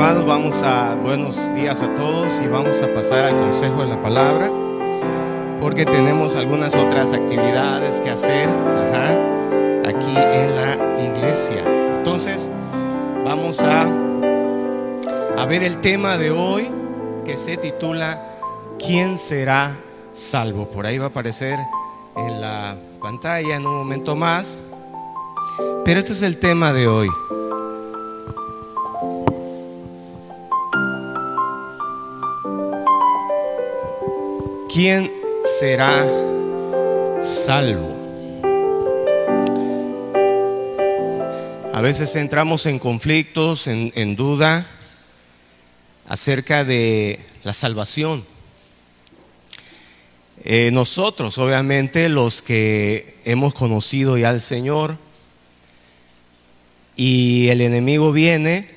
hermanos, buenos días a todos y vamos a pasar al consejo de la palabra, porque tenemos algunas otras actividades que hacer aquí en la iglesia. Entonces vamos a ver el tema de hoy, que se titula ¿Quién será salvo? Por ahí va a aparecer en la pantalla en un momento más, pero este es el tema de hoy. ¿Quién será salvo? A veces entramos en conflictos, en duda acerca de la salvación. Nosotros, obviamente, los que hemos conocido ya al Señor, y el enemigo viene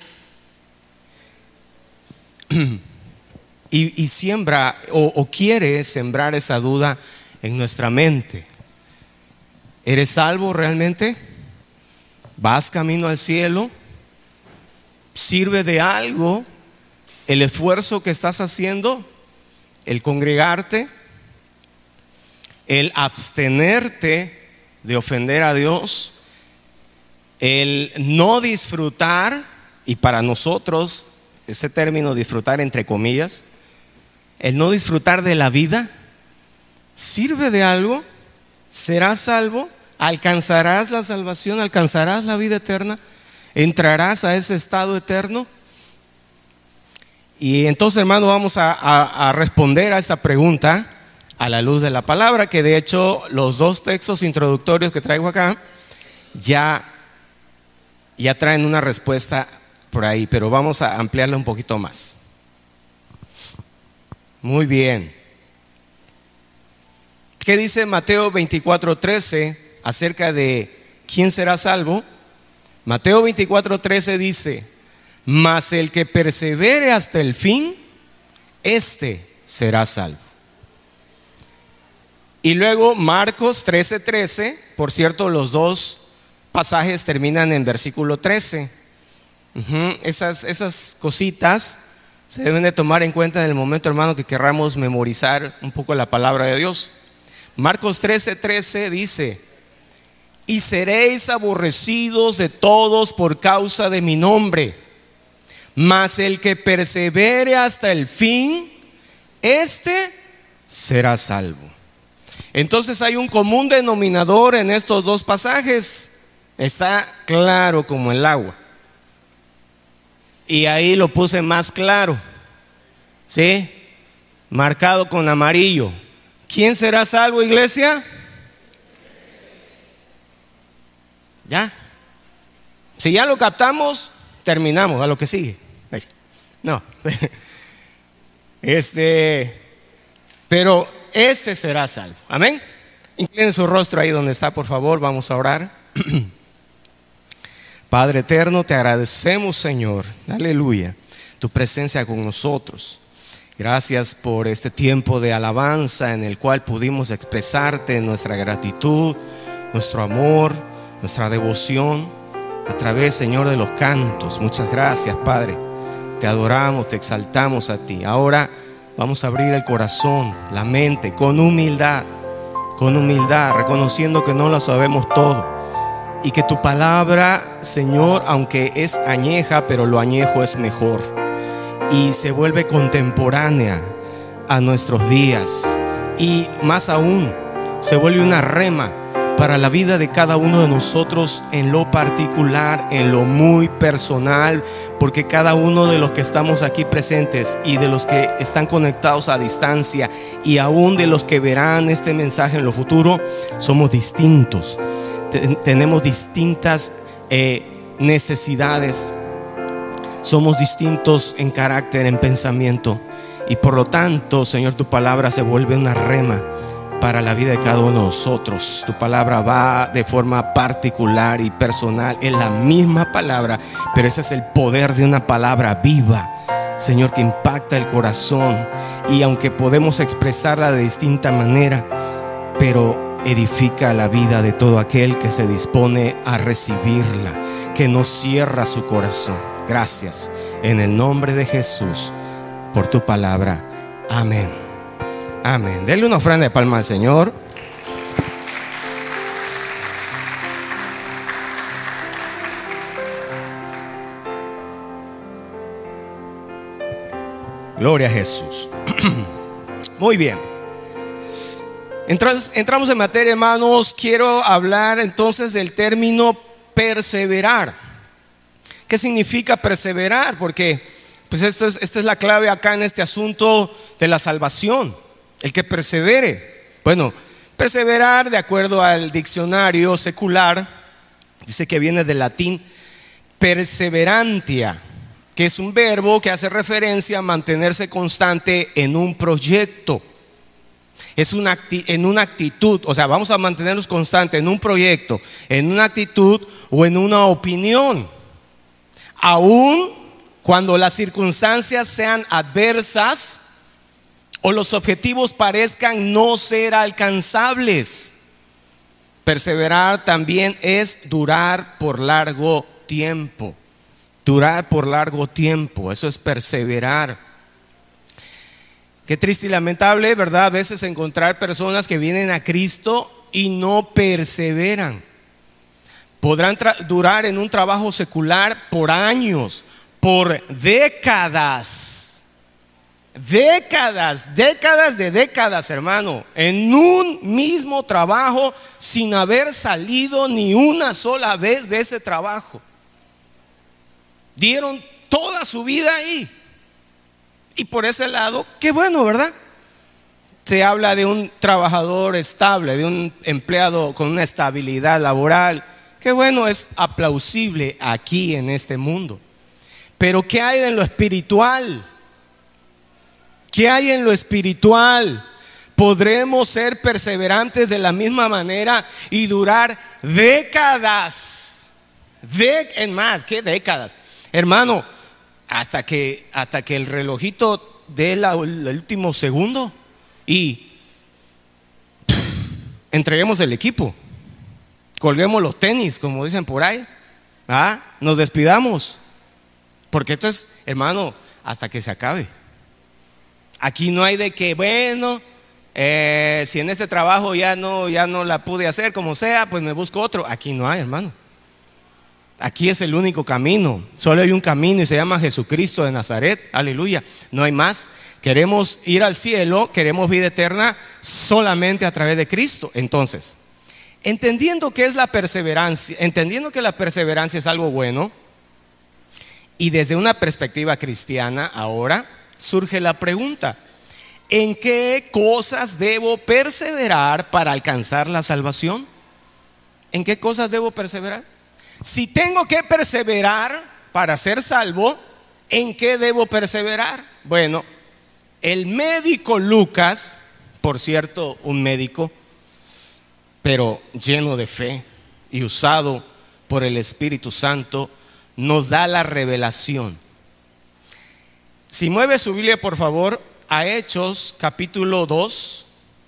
y siembra o quiere sembrar esa duda en nuestra mente. ¿Eres salvo realmente? ¿Vas camino al cielo? ¿Sirve de algo el esfuerzo que estás haciendo? ¿El congregarte? ¿El abstenerte de ofender a Dios? ¿El no disfrutar? Y para nosotros ese término disfrutar entre comillas, el no disfrutar de la vida, ¿sirve de algo? ¿Serás salvo? ¿Alcanzarás la salvación? ¿Alcanzarás la vida eterna? ¿Entrarás a ese estado eterno? Y entonces, hermano, vamos a responder a esta pregunta a la luz de la palabra, que de hecho los dos textos introductorios que traigo acá ya traen una respuesta por ahí, pero vamos a ampliarla un poquito más. Muy bien. ¿Qué dice Mateo 24:13 acerca de quién será salvo? Mateo 24:13 dice: mas el que persevere hasta el fin, este será salvo. Y luego Marcos 13:13, por cierto, los dos pasajes terminan en versículo 13. Esas cositas se deben de tomar en cuenta en el momento, hermano, que querramos memorizar un poco la palabra de Dios. Marcos 13:13 dice: y seréis aborrecidos de todos por causa de mi nombre, mas el que persevere hasta el fin, este será salvo. Entonces hay un común denominador en estos dos pasajes, está claro como el agua. Y ahí lo puse más claro, ¿sí? Marcado con amarillo. ¿Quién será salvo, iglesia? ¿Ya? Si ya lo captamos, terminamos a lo que sigue. No. Pero este será salvo. Amén. Inclinen su rostro ahí donde está, por favor. Vamos a orar. Padre eterno, te agradecemos, Señor, aleluya, tu presencia con nosotros. Gracias por este tiempo de alabanza en el cual pudimos expresarte nuestra gratitud, nuestro amor, nuestra devoción a través, Señor, de los cantos. Muchas gracias, Padre. Te adoramos, te exaltamos a ti. Ahora vamos a abrir el corazón, la mente, con humildad, reconociendo que no lo sabemos todo. Y que tu palabra, Señor, aunque es añeja, pero lo añejo es mejor. Y se vuelve contemporánea a nuestros días. Y más aún, se vuelve una rema para la vida de cada uno de nosotros en lo particular, en lo muy personal. Porque cada uno de los que estamos aquí presentes y de los que están conectados a distancia y aún de los que verán este mensaje en lo futuro, somos distintos. Tenemos distintas necesidades, somos distintos en carácter, en pensamiento, y por lo tanto, Señor, tu palabra se vuelve una rema para la vida de cada uno de nosotros. Tu palabra va de forma particular y personal, es la misma palabra, pero ese es el poder de una palabra viva, Señor, que impacta el corazón. Y aunque podemos expresarla de distinta manera, pero edifica la vida de todo aquel que se dispone a recibirla, que no cierra su corazón. Gracias. en el nombre de Jesús, por tu palabra. Amén. Amén. Denle una ofrenda de palma al Señor. Gloria a Jesús. Muy bien. Entramos en materia, hermanos. Quiero hablar entonces del término perseverar. ¿Qué significa perseverar? Porque pues esta es la clave acá en este asunto de la salvación. El que persevere. Bueno, perseverar, de acuerdo al diccionario secular, dice que viene del latín perseverantia, que es un verbo que hace referencia a mantenerse constante en un proyecto. Es en una actitud, o sea, vamos a mantenernos constantes en un proyecto, en una actitud o en una opinión, aun cuando las circunstancias sean adversas o los objetivos parezcan no ser alcanzables. Perseverar también es durar por largo tiempo. Durar por largo tiempo, eso es perseverar. Qué triste y lamentable, ¿verdad? A veces encontrar personas que vienen a Cristo y no perseveran. Podrán durar en un trabajo secular por años, por décadas. Décadas, hermano, en un mismo trabajo sin haber salido ni una sola vez de ese trabajo. Dieron toda su vida ahí. Y por ese lado, qué bueno, ¿verdad? Se habla de un trabajador estable, de un empleado con una estabilidad laboral. Qué bueno, es aplausible aquí en este mundo. Pero ¿qué hay en lo espiritual? ¿Qué hay en lo espiritual? ¿Podremos ser perseverantes de la misma manera y durar décadas? ¿Qué décadas? Hermano, hasta que el relojito dé el último segundo y entreguemos el equipo, colguemos los tenis, como dicen por ahí, nos despidamos, porque esto es, hermano, hasta que se acabe. Aquí no hay de que, bueno, si en este trabajo ya no la pude hacer como sea, pues me busco otro. Aquí no hay, hermano. Aquí es el único camino, solo hay un camino y se llama Jesucristo de Nazaret, aleluya, no hay más. Queremos ir al cielo, queremos vida eterna solamente a través de Cristo. Entonces, entendiendo que es la perseverancia, entendiendo que la perseverancia es algo bueno, y desde una perspectiva cristiana ahora surge la pregunta: ¿en qué cosas debo perseverar para alcanzar la salvación? ¿En qué cosas debo perseverar? Si tengo que perseverar para ser salvo, ¿en qué debo perseverar? Bueno, el médico Lucas, por cierto, un médico, pero lleno de fe y usado por el Espíritu Santo, nos da la revelación. Si mueve su Biblia, por favor, a Hechos capítulo 2,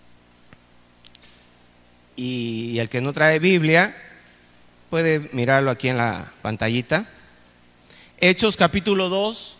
y el que no trae Biblia puede mirarlo aquí en la pantallita. Hechos capítulo 2,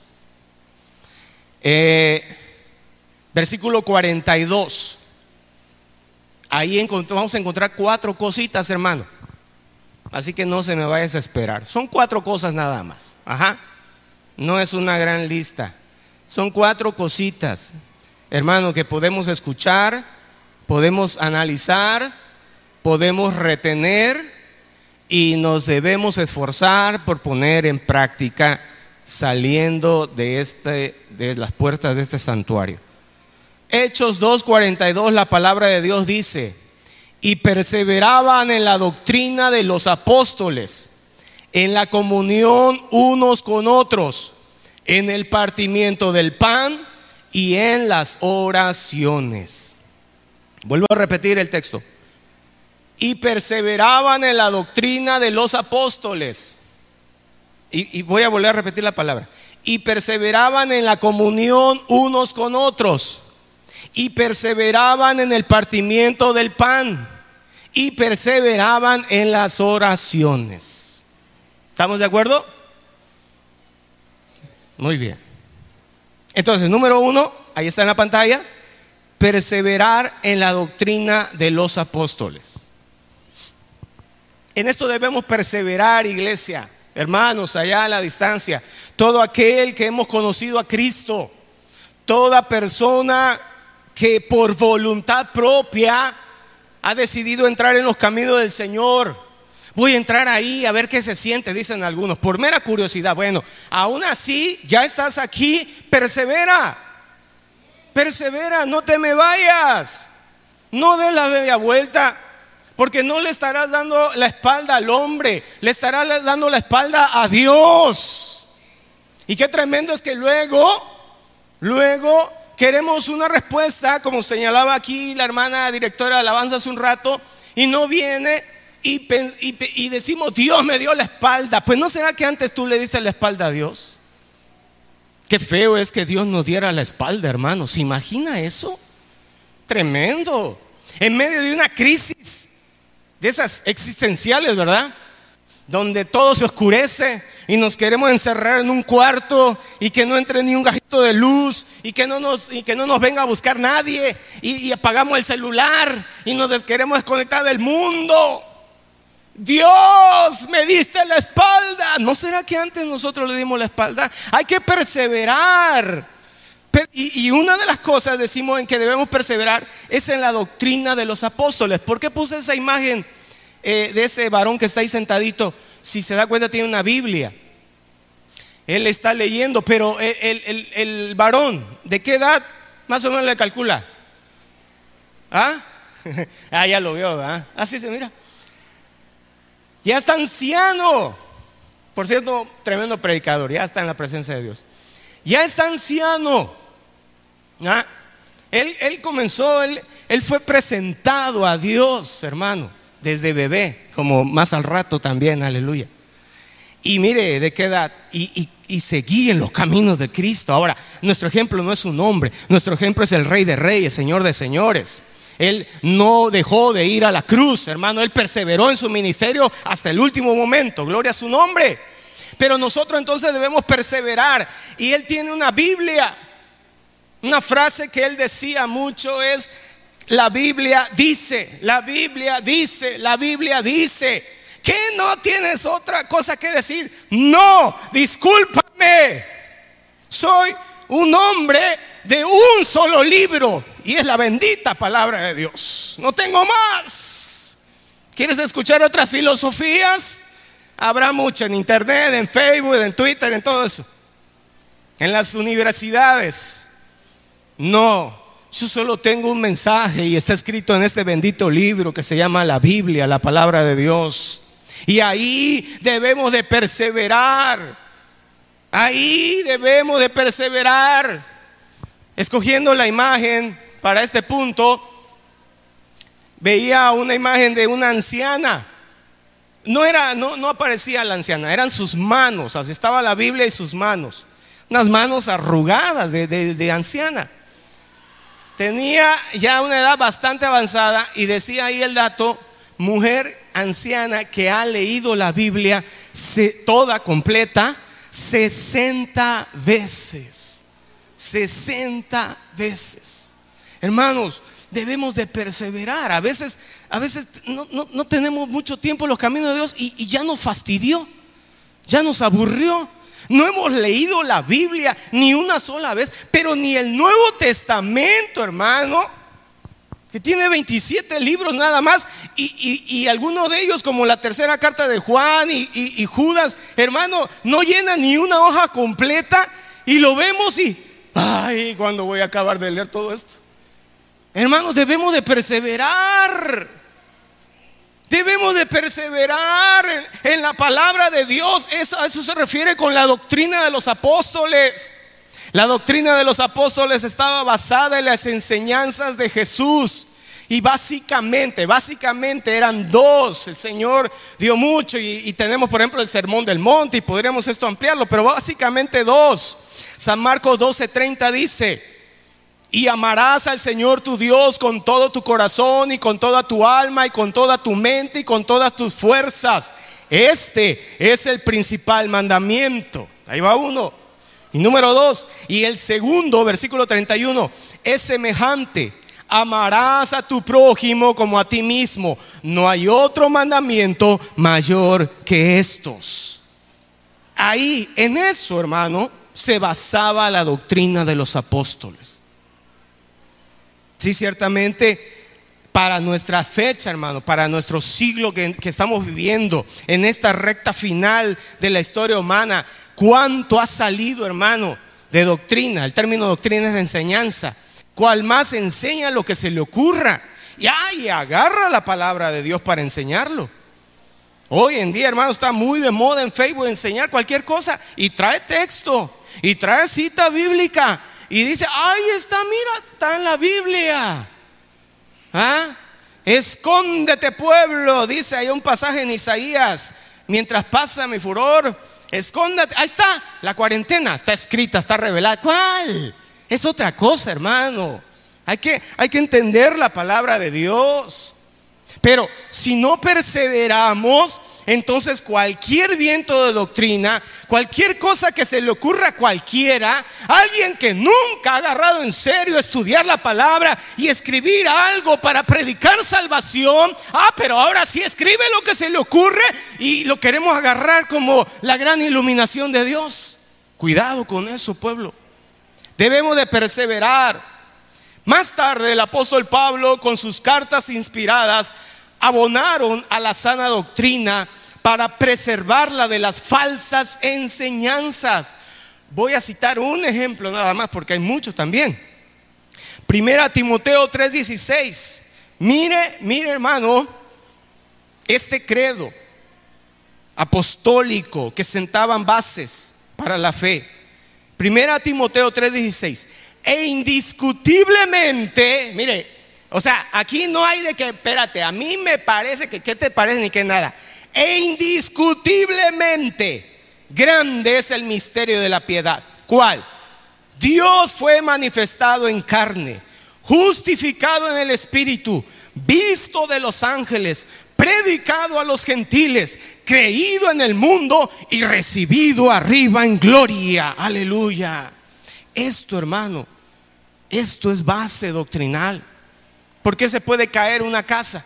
versículo 42. Ahí vamos a encontrar 4 cositas, hermano. Así que no se me vaya a desesperar. Son 4 cosas nada más. No es una gran lista. Son 4 cositas, hermano, que podemos escuchar, podemos analizar, podemos retener y nos debemos esforzar por poner en práctica saliendo de las puertas de este santuario. Hechos 2:42, la palabra de Dios dice: y perseveraban en la doctrina de los apóstoles, en la comunión unos con otros, en el partimiento del pan y en las oraciones. Vuelvo a repetir el texto. Y perseveraban en la doctrina de los apóstoles. Y voy a volver a repetir la palabra. Y perseveraban en la comunión unos con otros. Y perseveraban en el partimiento del pan. Y perseveraban en las oraciones. ¿Estamos de acuerdo? Muy bien. Entonces, número 1, ahí está en la pantalla: perseverar en la doctrina de los apóstoles. En esto debemos perseverar, iglesia, hermanos, allá a la distancia. Todo aquel que hemos conocido a Cristo, toda persona que por voluntad propia ha decidido entrar en los caminos del Señor. Voy a entrar ahí a ver qué se siente, dicen algunos, por mera curiosidad. Bueno, aún así, ya estás aquí, persevera. Persevera, no te me vayas. No des la media vuelta, porque no le estarás dando la espalda al hombre, le estarás dando la espalda a Dios. Y qué tremendo es que luego queremos una respuesta, como señalaba aquí la hermana directora de alabanza hace un rato, y no viene. Y decimos, Dios me dio la espalda. Pues ¿no será que antes tú le diste la espalda a Dios? Qué feo es que Dios nos diera la espalda, hermanos. ¿Se imagina eso? Tremendo. En medio de una crisis de esas existenciales, ¿verdad? Donde todo se oscurece y nos queremos encerrar en un cuarto y que no entre ni un gajito de luz y que no nos venga a buscar nadie, y apagamos el celular y nos queremos desconectar del mundo. Dios, me diste la espalda. ¿No será que antes nosotros le dimos la espalda? Hay que perseverar. Y una de las cosas, decimos, en que debemos perseverar es en la doctrina de los apóstoles. ¿Por qué puse esa imagen de ese varón que está ahí sentadito? Si se da cuenta, tiene una Biblia. Él está leyendo, pero el varón, ¿de qué edad más o menos le calcula? ¿Ah? Ya lo vio, ¿verdad? Así se mira. Ya está anciano. Por cierto, tremendo predicador, ya está en la presencia de Dios. Ya está anciano. ¿Ah? Él comenzó, él fue presentado a Dios, hermano, desde bebé, como más al rato también, aleluya. Y mire de qué edad, y seguí en los caminos de Cristo. Ahora, nuestro ejemplo no es un hombre, nuestro ejemplo es el Rey de Reyes, Señor de Señores. Él no dejó de ir a la cruz, hermano. Él perseveró en su ministerio hasta el último momento. Gloria a su nombre. Pero nosotros entonces debemos perseverar. Y él tiene una Biblia. Una frase que él decía mucho es: la Biblia dice, la Biblia dice, la Biblia dice. ¿Qué, no tienes otra cosa que decir? No, discúlpame. Soy un hombre de un solo libro, y es la bendita palabra de Dios. No tengo más. ¿Quieres escuchar otras filosofías? Habrá mucho en internet, en Facebook, en Twitter, en todo eso. En las universidades. No, yo solo tengo un mensaje, y está escrito en este bendito libro que se llama la Biblia, la palabra de Dios. Y ahí debemos de perseverar. Ahí debemos de perseverar. Escogiendo la imagen para este punto, veía una imagen de una anciana. No aparecía la anciana, eran sus manos. Así estaba la Biblia y sus manos. Unas manos arrugadas de anciana. Tenía ya una edad bastante avanzada, y decía ahí el dato: mujer anciana que ha leído la Biblia toda completa 60 veces. 60 veces. Hermanos, debemos de perseverar. A veces no tenemos mucho tiempo en los caminos de Dios, y ya nos fastidió, ya nos aburrió. No hemos leído la Biblia ni una sola vez, pero ni el Nuevo Testamento, hermano, que tiene 27 libros nada más, y algunos de ellos, como la tercera carta de Juan y Judas, hermano, no llena ni una hoja completa, y lo vemos y ay, ¿cuándo voy a acabar de leer todo esto? Hermanos, debemos de perseverar. Debemos de perseverar en la palabra de Dios. A eso se refiere con la doctrina de los apóstoles. La doctrina de los apóstoles estaba basada en las enseñanzas de Jesús. Y básicamente eran dos. El Señor dio mucho, y tenemos por ejemplo el Sermón del Monte, y podríamos esto ampliarlo, pero básicamente dos. San Marcos 12:30 dice: y amarás al Señor tu Dios con todo tu corazón, y con toda tu alma, y con toda tu mente, y con todas tus fuerzas. Este es el principal mandamiento. Ahí va uno. Y número 2, y el segundo, versículo 31, es semejante: amarás a tu prójimo como a ti mismo. No hay otro mandamiento mayor que estos. Ahí, en eso, hermano, se basaba la doctrina de los apóstoles. Sí, ciertamente, para nuestra fecha, hermano, para nuestro siglo que estamos viviendo, en esta recta final de la historia humana, ¿cuánto ha salido, hermano, de doctrina? El término doctrina es de enseñanza. Cual más enseña lo que se le ocurra. Y agarra la palabra de Dios para enseñarlo. Hoy en día, hermano, está muy de moda en Facebook enseñar cualquier cosa. Y trae texto, y trae cita bíblica. Y dice, ahí está, mira, está en la Biblia. Escóndete, pueblo, dice ahí un pasaje en Isaías. Mientras pasa mi furor, escóndete. Ahí está, la cuarentena está escrita, está revelada. ¿Cuál? Es otra cosa, hermano. Hay que entender la palabra de Dios. Pero si no perseveramos, entonces cualquier viento de doctrina, cualquier cosa que se le ocurra a cualquiera, alguien que nunca ha agarrado en serio estudiar la palabra y escribir algo para predicar salvación, pero ahora sí escribe lo que se le ocurre y lo queremos agarrar como la gran iluminación de Dios. Cuidado con eso, pueblo. Debemos de perseverar. Más tarde el apóstol Pablo, con sus cartas inspiradas, abonaron a la sana doctrina para preservarla de las falsas enseñanzas. Voy a citar un ejemplo nada más, porque hay muchos también. Primera Timoteo 3:16. Mire hermano, este credo apostólico que sentaban bases para la fe. Primera Timoteo 3:16. E indiscutiblemente, mire, o sea, aquí no hay de que, espérate, a mí me parece que, ¿qué te parece? Ni que nada. E indiscutiblemente grande es el misterio de la piedad. ¿Cuál? Dios fue manifestado en carne, justificado en el Espíritu, visto de los ángeles, predicado a los gentiles, creído en el mundo y recibido arriba en gloria. Aleluya. Esto, hermano, esto es base doctrinal. ¿Por qué se puede caer una casa?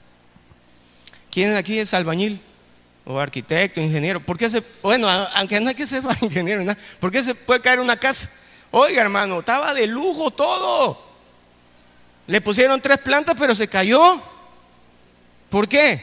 ¿Quién aquí es albañil? O arquitecto, ingeniero. ¿Por qué bueno, aunque no hay que ser ingeniero, ¿no? ¿Por qué se puede caer una casa? Oiga, hermano, estaba de lujo todo. Le pusieron 3 plantas, pero se cayó. ¿Por qué?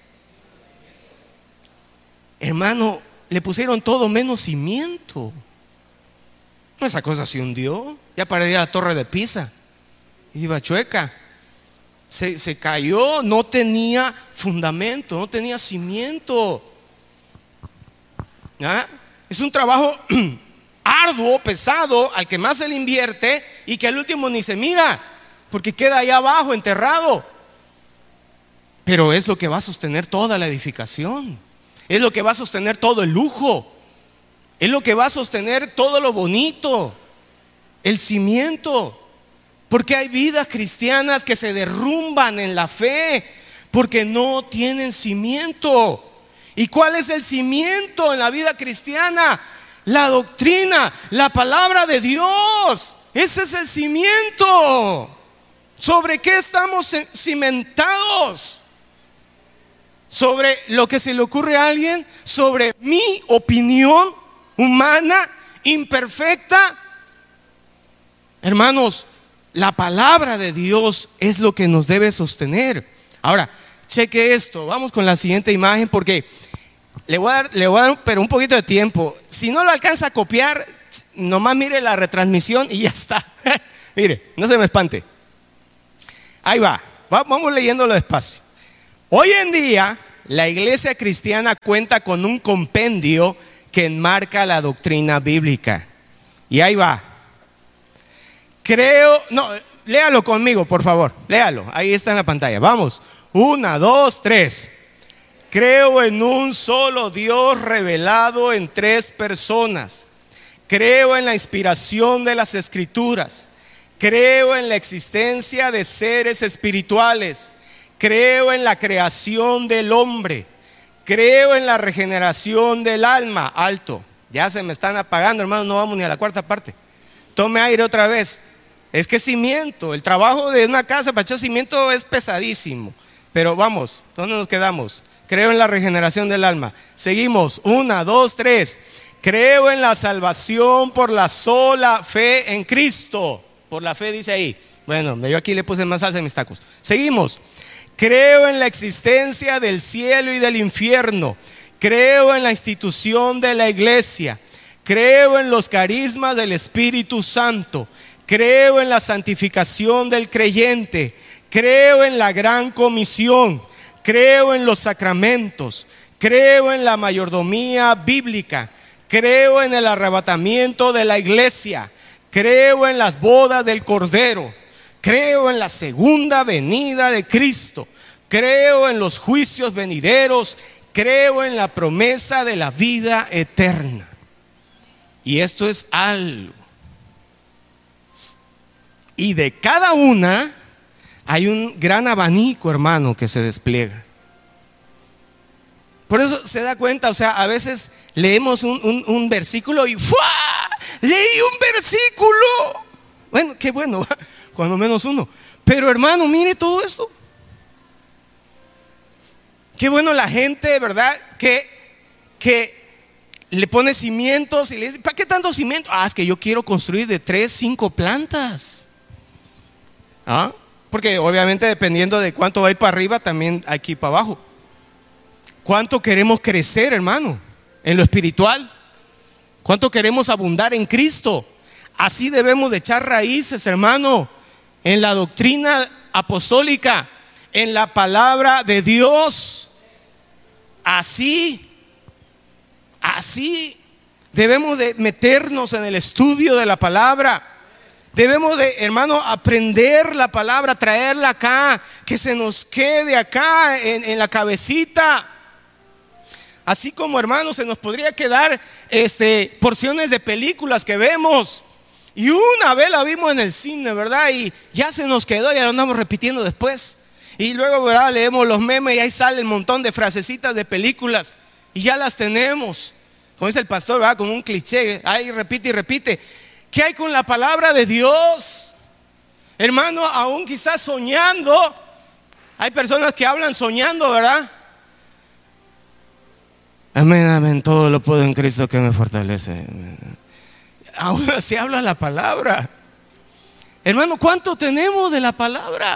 Hermano, le pusieron todo menos cimiento. Esa cosa se hundió. Ya parecía la Torre de Pisa. Iba chueca. Se cayó, no tenía fundamento, no tenía cimiento. Es un trabajo arduo, pesado, al que más se le invierte y que al último ni se mira, porque queda ahí abajo enterrado. Pero es lo que va a sostener toda la edificación. Es lo que va a sostener todo el lujo. Es lo que va a sostener todo lo bonito. El cimiento. Porque hay vidas cristianas que se derrumban en la fe porque no tienen cimiento. ¿Y cuál es el cimiento en la vida cristiana? La doctrina, la palabra de Dios. Ese es el cimiento. ¿Sobre qué estamos cimentados? ¿Sobre lo que se le ocurre a alguien? ¿Sobre mi opinión humana, imperfecta? Hermanos, la palabra de Dios es lo que nos debe sostener. Ahora, cheque esto. Vamos con la siguiente imagen porque le voy a dar pero un poquito de tiempo. Si no lo alcanza a copiar, nomás mire la retransmisión y ya está. Mire, no se me espante. Ahí va. Vamos leyéndolo despacio. Hoy en día, la iglesia cristiana cuenta con un compendio que enmarca la doctrina bíblica. Y ahí va. Léalo conmigo, por favor. Léalo, ahí está en la pantalla. Vamos, 1, 2, 3. Creo en un solo Dios revelado en 3 personas. Creo en la inspiración de las Escrituras. Creo en la existencia de seres espirituales. Creo en la creación del hombre. Creo en la regeneración del alma. Alto. Ya se me están apagando, hermano, no vamos ni a la cuarta parte. Tome aire otra vez. Es que cimiento, el trabajo de una casa para echar cimiento es pesadísimo. Pero vamos, ¿dónde nos quedamos? Creo en la regeneración del alma. Seguimos, 1, 2, 3. Creo en la salvación por la sola fe en Cristo. Por la fe dice ahí. Bueno, yo aquí le puse más salsa en mis tacos. Seguimos. Creo en la existencia del cielo y del infierno. Creo en la institución de la iglesia. Creo en los carismas del Espíritu Santo. Creo en la santificación del creyente. Creo en la gran comisión. Creo en los sacramentos. Creo en la mayordomía bíblica. Creo en el arrebatamiento de la iglesia. Creo en las bodas del Cordero. Creo en la segunda venida de Cristo. Creo en los juicios venideros. Creo en la promesa de la vida eterna. Y esto es algo. Y de cada una hay un gran abanico, hermano, que se despliega. Por eso se da cuenta, o sea, a veces leemos un versículo y ¡fua! Leí un versículo. Bueno, qué bueno, cuando menos uno. Pero hermano, mire todo esto. Qué bueno la gente, ¿verdad? Que le pone cimientos y le dice, ¿para qué tanto cimiento? Ah, es que yo quiero construir de 3, 5 plantas. ¿Ah? Porque obviamente dependiendo de cuánto va a ir para arriba, también hay que ir para abajo. ¿Cuánto queremos crecer, hermano? En lo espiritual. ¿Cuánto queremos abundar en Cristo? Así debemos de echar raíces, hermano, en la doctrina apostólica, en la palabra de Dios. Así debemos de meternos en el estudio de la palabra. Debemos de, hermano, aprender la palabra, traerla acá, que se nos quede acá en la cabecita. Así como, hermano, se nos podría quedar porciones de películas que vemos. Y una vez la vimos en el cine, ¿verdad? Y ya se nos quedó y ya lo andamos repitiendo después. Y luego, ¿verdad? Leemos los memes y ahí sale un montón de frasecitas de películas. Y ya las tenemos. Como dice el pastor, ¿verdad? Como un cliché. Ahí repite y repite. ¿Qué hay con la palabra de Dios? Hermano, aún quizás soñando. Hay personas que hablan soñando, ¿verdad? Amén, amén, todo lo puedo en Cristo que me fortalece. Aún así habla la palabra. Hermano, ¿cuánto tenemos de la palabra?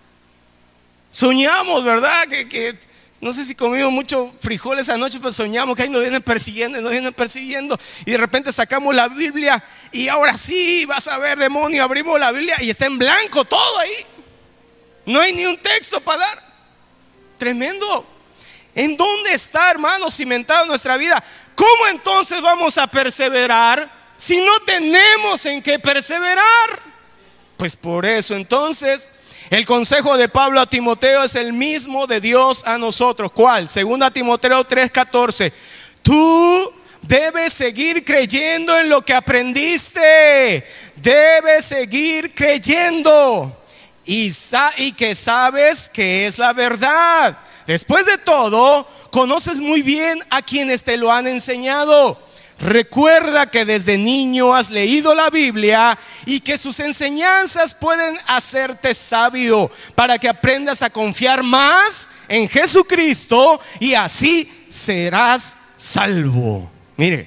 Soñamos, ¿verdad? Que no sé si comimos mucho frijoles anoche, pero soñamos que ahí nos vienen persiguiendo. Y de repente sacamos la Biblia y ahora sí, vas a ver, demonio, abrimos la Biblia y está en blanco todo ahí. No hay ni un texto para dar. Tremendo. ¿En dónde está, hermano, cimentado nuestra vida? ¿Cómo entonces vamos a perseverar si no tenemos en qué perseverar? Pues por eso entonces el consejo de Pablo a Timoteo es el mismo de Dios a nosotros. ¿Cuál? 2 Timoteo 3:14. Tú debes seguir creyendo en lo que aprendiste. Debes seguir creyendo y que sabes que es la verdad. Después de todo, conoces muy bien a quienes te lo han enseñado. Recuerda que desde niño has leído la Biblia y que sus enseñanzas pueden hacerte sabio para que aprendas a confiar más en Jesucristo y así serás salvo. Mire,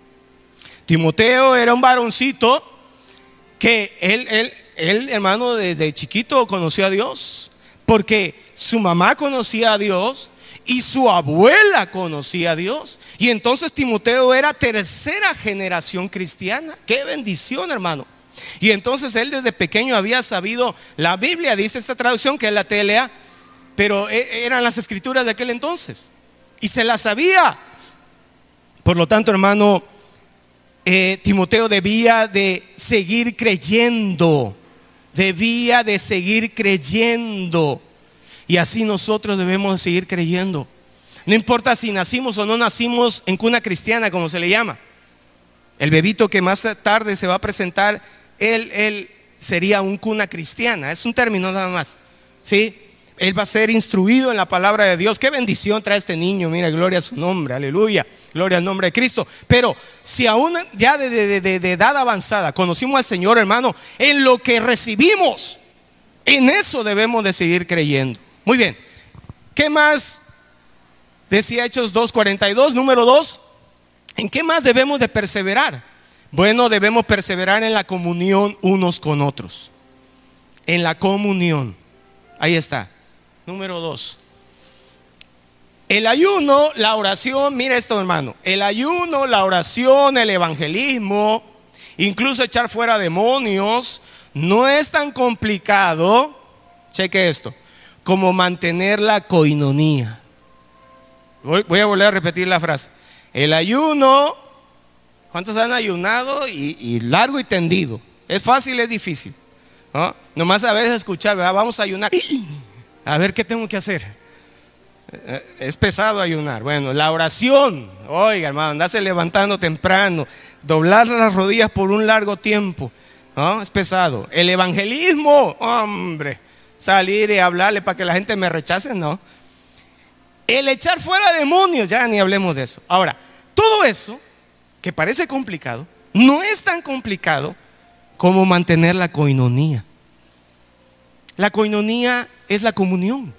Timoteo era un varoncito que él, hermano, desde chiquito conoció a Dios, porque su mamá conocía a Dios y su abuela conocía a Dios. Y entonces Timoteo era tercera generación cristiana. ¡Qué bendición, hermano! Y entonces él desde pequeño había sabido la Biblia, dice esta traducción que es la TLA, pero eran las escrituras de aquel entonces y se las sabía. Por lo tanto, hermano, Timoteo debía de seguir creyendo. Debía de seguir creyendo. Y así nosotros debemos seguir creyendo. No importa si nacimos o no nacimos en cuna cristiana, como se le llama. El bebito que más tarde se va a presentar, él sería un cuna cristiana. Es un término nada más, ¿sí? Él va a ser instruido en la palabra de Dios. Qué bendición trae este niño. Mira, gloria a su nombre, aleluya, gloria al nombre de Cristo. Pero si aún ya de edad avanzada conocimos al Señor, hermano, en lo que recibimos, en eso debemos de seguir creyendo. Muy bien, ¿qué más decía Hechos 2:42? Número 2, ¿en qué más debemos de perseverar? Bueno, debemos perseverar en la comunión unos con otros. En la comunión. Ahí está. Número 2, el ayuno, la oración. Mira esto, hermano. El ayuno, la oración, el evangelismo, incluso echar fuera demonios, no es tan complicado, cheque esto, como mantener la coinonía. Voy a volver a repetir la frase. El ayuno, ¿cuántos han ayunado? Y largo y tendido. Es fácil, es difícil, ¿no? Nomás a veces escuchar, ¿verdad? Vamos a ayunar. A ver qué tengo que hacer. Es pesado ayunar. Bueno, la oración, oiga, hermano, andarse levantando temprano, doblar las rodillas por un largo tiempo, ¿no? Es pesado. El evangelismo, hombre, salir y hablarle para que la gente me rechace, no. El echar fuera demonios, ya ni hablemos de eso. Ahora, todo eso que parece complicado, no es tan complicado como mantener la coinonía. La coinonía es la comunión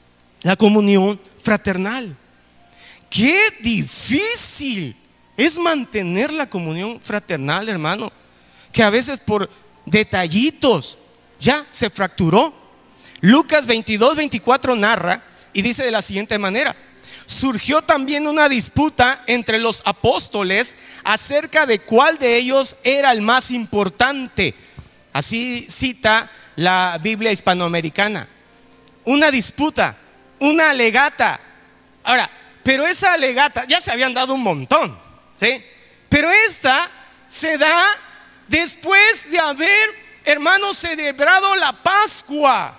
fraternal. Qué difícil es mantener la comunión fraternal, hermano, que a veces por detallitos ya se fracturó. Lucas 22:24 narra y dice de la siguiente manera: surgió también una disputa entre los apóstoles acerca de cuál de ellos era el más importante. Así cita la Biblia hispanoamericana. Una disputa, una alegata. Ahora, pero esa alegata, ya se habían dado un montón, ¿sí? Pero esta se da después de haber, hermanos, celebrado la Pascua.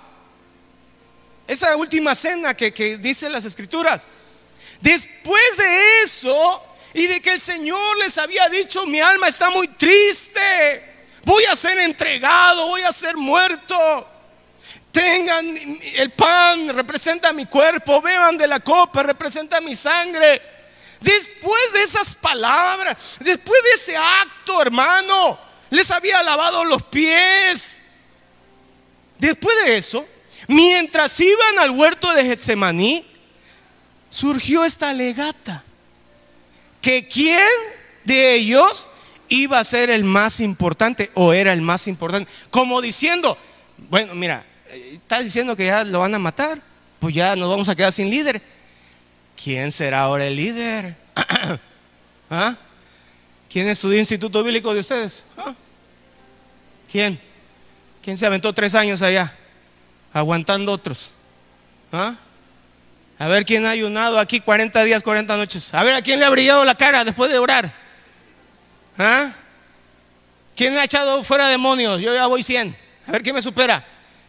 Esa última cena que dicen las Escrituras. Después de eso, y de que el Señor les había dicho: mi alma está muy triste, voy a ser entregado, voy a ser muerto. Tengan el pan, representa mi cuerpo, beban de la copa, representa mi sangre. Después de esas palabras, después de ese acto, hermano, les había lavado los pies. Después de eso, mientras iban al huerto de Getsemaní, surgió esta alegata, que quién de ellos iba a ser el más importante, o era el más importante, como diciendo: bueno, mira, está diciendo que ya lo van a matar, pues ya nos vamos a quedar sin líder. ¿Quién será ahora el líder? ¿Ah? ¿Quién estudió Instituto Bíblico de ustedes? ¿Ah? ¿Quién se aventó 3 años allá aguantando otros? ¿Ah? A ver quién ha ayunado aquí 40 días, 40 noches. A ver a quién le ha brillado la cara después de orar. ¿Ah? ¿Quién ha echado fuera demonios? Yo ya voy 100. A ver quién me supera.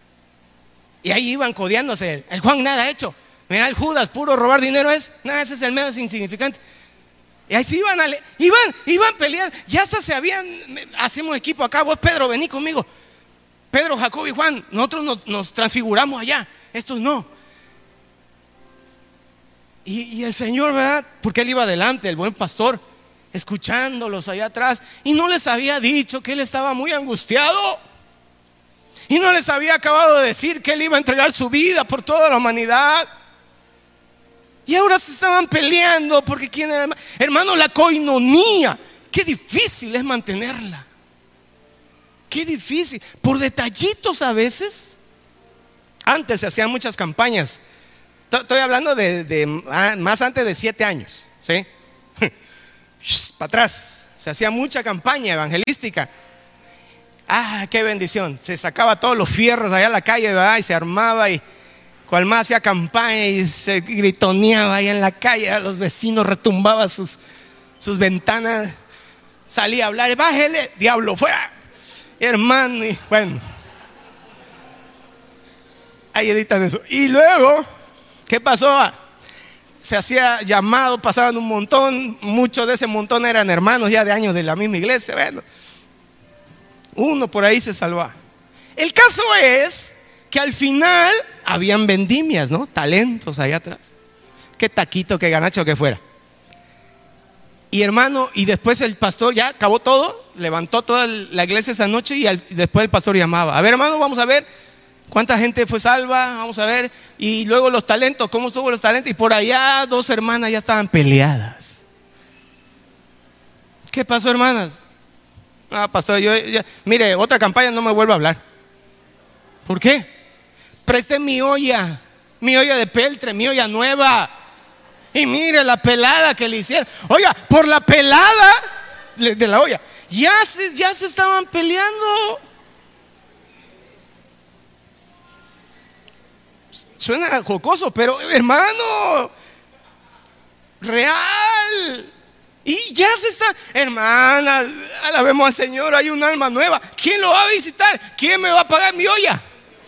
Y ahí iban codeándose. El Juan nada ha hecho. Mira, el Judas, puro robar dinero es. Nada, ese es el menos insignificante. Y ahí sí iban peleando. Ya hasta se habían, hacemos equipo acá. Vos, Pedro, vení conmigo. Pedro, Jacob y Juan, nosotros nos transfiguramos allá. Estos no. Y el Señor, ¿verdad? Porque Él iba adelante, el buen pastor, escuchándolos allá atrás. Y no les había dicho que Él estaba muy angustiado. Y no les había acabado de decir que Él iba a entregar su vida por toda la humanidad. Y ahora se estaban peleando porque quién era, hermano, la coinonía. Qué difícil es mantenerla. Qué difícil. Por detallitos a veces. Antes se hacían muchas campañas. Estoy hablando de más antes de 7 años, ¿sí? Para atrás. Se hacía mucha campaña evangelística. Ah, qué bendición. Se sacaba todos los fierros allá a la calle, ¿verdad? Y se armaba, y cual más hacía campaña y se gritoneaba ahí en la calle. A los vecinos retumbaba sus ventanas. Salía a hablar: bájele, diablo, fuera, hermano. Y bueno, ahí editan eso. Y luego, ¿qué pasó? Se hacía llamado, pasaban un montón. Muchos de ese montón eran hermanos ya de años de la misma iglesia. Bueno, uno por ahí se salvaba. El caso es que al final habían vendimias, ¿no? Talentos allá atrás. Qué taquito, qué ganacho que fuera. Y hermano, y después el pastor ya acabó todo, levantó toda la iglesia esa noche y después el pastor llamaba. A ver, hermano, vamos a ver cuánta gente fue salva, vamos a ver. Y luego los talentos, cómo estuvo los talentos. Y por allá 2 hermanas ya estaban peleadas. ¿Qué pasó, hermanas? Ah, pastor, mire, otra campaña no me vuelva a hablar. ¿Por qué? Presté mi olla de peltre, mi olla nueva. Y mire la pelada que le hicieron. Oiga, por la pelada de la olla ya se estaban peleando. Suena jocoso, pero hermano, real. Y ya se está, hermanas, alabemos al Señor, hay un alma nueva. ¿Quién lo va a visitar? ¿Quién me va a pagar mi olla?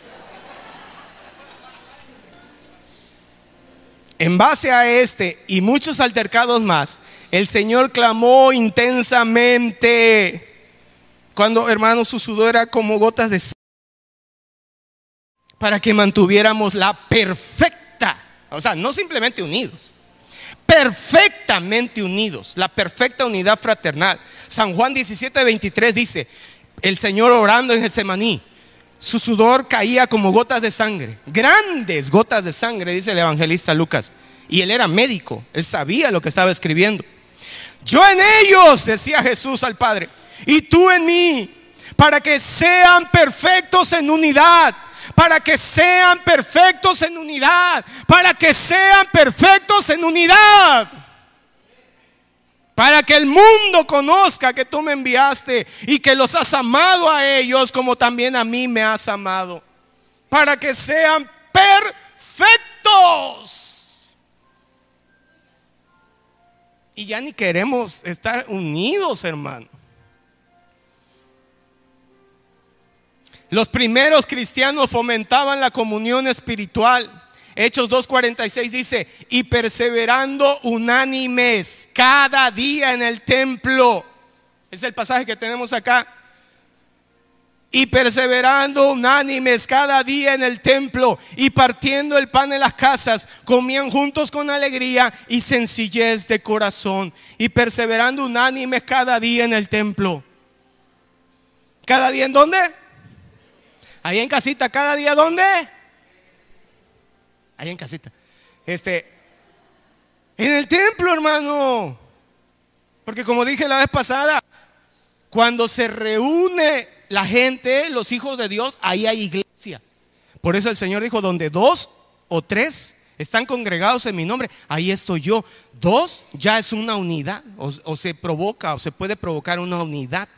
En base a este y muchos altercados más, el Señor clamó intensamente. Cuando, hermanos, su sudor era como gotas de sangre, para que mantuviéramos la perfecta, o sea, no simplemente unidos, perfectamente unidos, la perfecta unidad fraternal. San Juan 17:23 dice: el Señor orando en Getsemaní, su sudor caía como gotas de sangre, grandes gotas de sangre, dice el evangelista Lucas. Y él era médico, él sabía lo que estaba escribiendo. Yo en ellos, decía Jesús al Padre, y tú en mí, para que sean perfectos en unidad. Para que sean perfectos en unidad. Para que sean perfectos en unidad. Para que el mundo conozca que tú me enviaste y que los has amado a ellos como también a mí me has amado. Para que sean perfectos. Y ya ni queremos estar unidos, hermano. Los primeros cristianos fomentaban la comunión espiritual. Hechos 2:46 dice: y perseverando unánimes cada día en el templo. Es el pasaje que tenemos acá. Y perseverando unánimes cada día en el templo y partiendo el pan en las casas, comían juntos con alegría y sencillez de corazón. Y perseverando unánimes cada día en el templo. ¿Cada día en dónde? Ahí en casita. ¿Cada día dónde? Ahí en casita. En el templo, hermano. Porque como dije la vez pasada, cuando se reúne la gente, los hijos de Dios, ahí hay iglesia. Por eso el Señor dijo: donde 2 o 3 están congregados en mi nombre, ahí estoy yo. 2 ya es una unidad, o se provoca, o se puede provocar una unidad.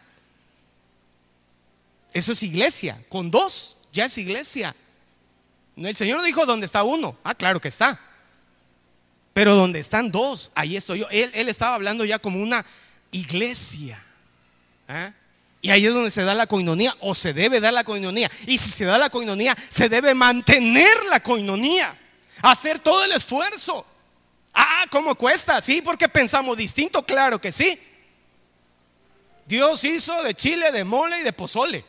Eso es iglesia. Con 2 ya es iglesia. El Señor dijo: donde está 1, ah, claro que está. Pero donde están 2, ahí estoy yo. Él estaba hablando ya como una iglesia. Y ahí es donde se da la coinonía, o se debe dar la coinonía. Y si se da la coinonía, se debe mantener la coinonía, hacer todo el esfuerzo. Ah, ¿cómo cuesta? Sí, porque pensamos distinto, claro que sí. Dios hizo de chile, de mole y de pozole.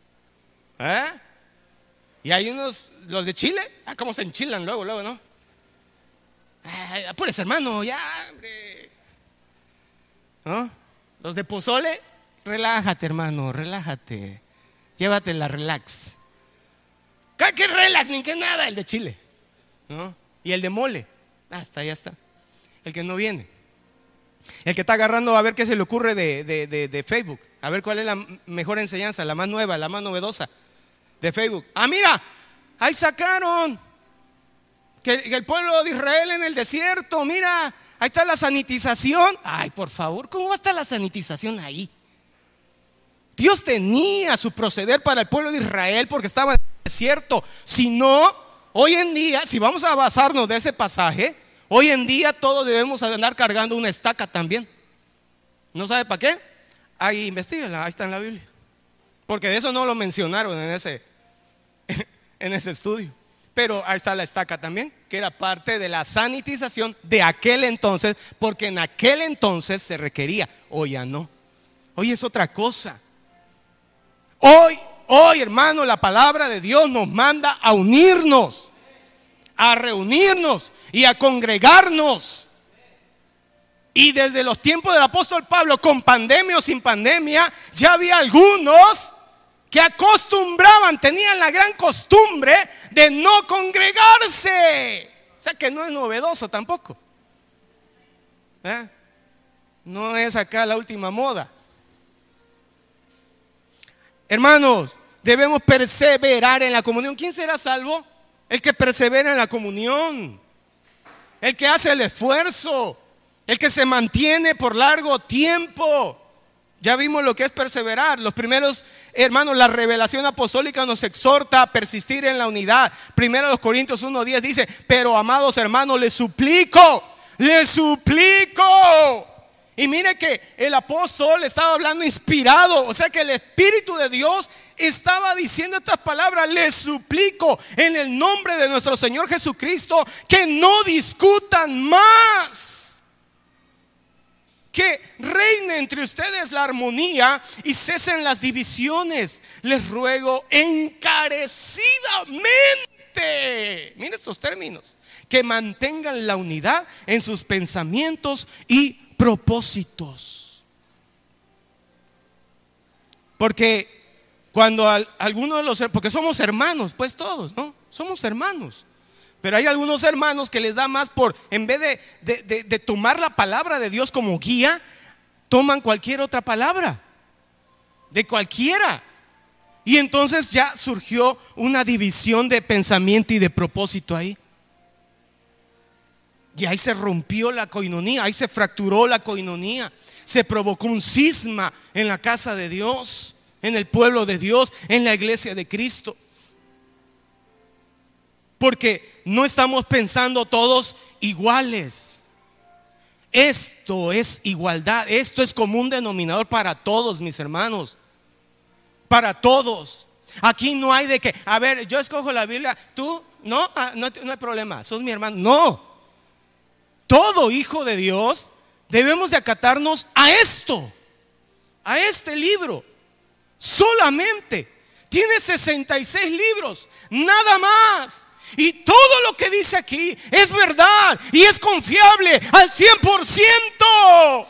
Y hay unos, los de Chile, cómo se enchilan luego, ¿no? Apúrese, hermano, ya, hombre. ¿No? Los de pozole, relájate, hermano, relájate. Llévatela, relax. ¿Qué relax? Ni que nada, el de Chile, ¿no? Y el de mole, hasta ya está. El que no viene. El que está agarrando a ver qué se le ocurre de Facebook. A ver cuál es la mejor enseñanza, la más nueva, la más novedosa de Facebook. Ah, mira, ahí sacaron que el pueblo de Israel en el desierto, mira, ahí está la sanitización. Ay, por favor, ¿cómo va a estar la sanitización ahí? Dios tenía su proceder para el pueblo de Israel porque estaba en el desierto. Si no, hoy en día, si vamos a basarnos de ese pasaje, hoy en día todos debemos andar cargando una estaca también. ¿No sabe para qué? Ahí investíguela, ahí está en la Biblia. Porque de eso no lo mencionaron en ese estudio. Pero ahí está la estaca también, que era parte de la sanitización de aquel entonces, porque en aquel entonces se requería. Hoy ya no. Hoy es otra cosa. Hoy Hoy, hermano, la palabra de Dios nos manda a unirnos, a reunirnos y a congregarnos. Y desde los tiempos del apóstol Pablo, con pandemia o sin pandemia, ya había algunos que acostumbraban, tenían la gran costumbre de no congregarse. O sea que no es novedoso tampoco. No es acá la última moda. Hermanos, debemos perseverar en la comunión. ¿Quién será salvo? El que persevera en la comunión, el que hace el esfuerzo, el que se mantiene por largo tiempo. Ya vimos lo que es perseverar. Los primeros, hermanos, la revelación apostólica nos exhorta a persistir en la unidad. Primero los Corintios 1:10 dice: pero amados hermanos, les suplico. Y mire que el apóstol estaba hablando inspirado, o sea que el Espíritu de Dios estaba diciendo estas palabras: les suplico en el nombre de nuestro Señor Jesucristo que no discutan más, que reine entre ustedes la armonía y cesen las divisiones. Les ruego encarecidamente, mire estos términos, que mantengan la unidad en sus pensamientos y propósitos. Porque cuando algunos de los, porque somos hermanos, pues todos, ¿no? Somos hermanos. Pero hay algunos hermanos que les da más por, en vez de tomar la palabra de Dios como guía, toman cualquier otra palabra, de cualquiera. Y entonces ya surgió una división de pensamiento y de propósito ahí. Y ahí se rompió la coinonía, ahí se fracturó la coinonía. Se provocó un cisma en la casa de Dios, en el pueblo de Dios, en la iglesia de Cristo. Porque no estamos pensando todos iguales. Esto es igualdad, esto es común denominador para todos, mis hermanos. Para todos. Aquí no hay de que, a ver, yo escojo la Biblia, tú, no hay problema, sos mi hermano. No. Todo hijo de Dios debemos de acatarnos a esto, a este libro. Solamente. Tiene 66 libros, nada más. Y todo lo que dice aquí es verdad y es confiable al 100%.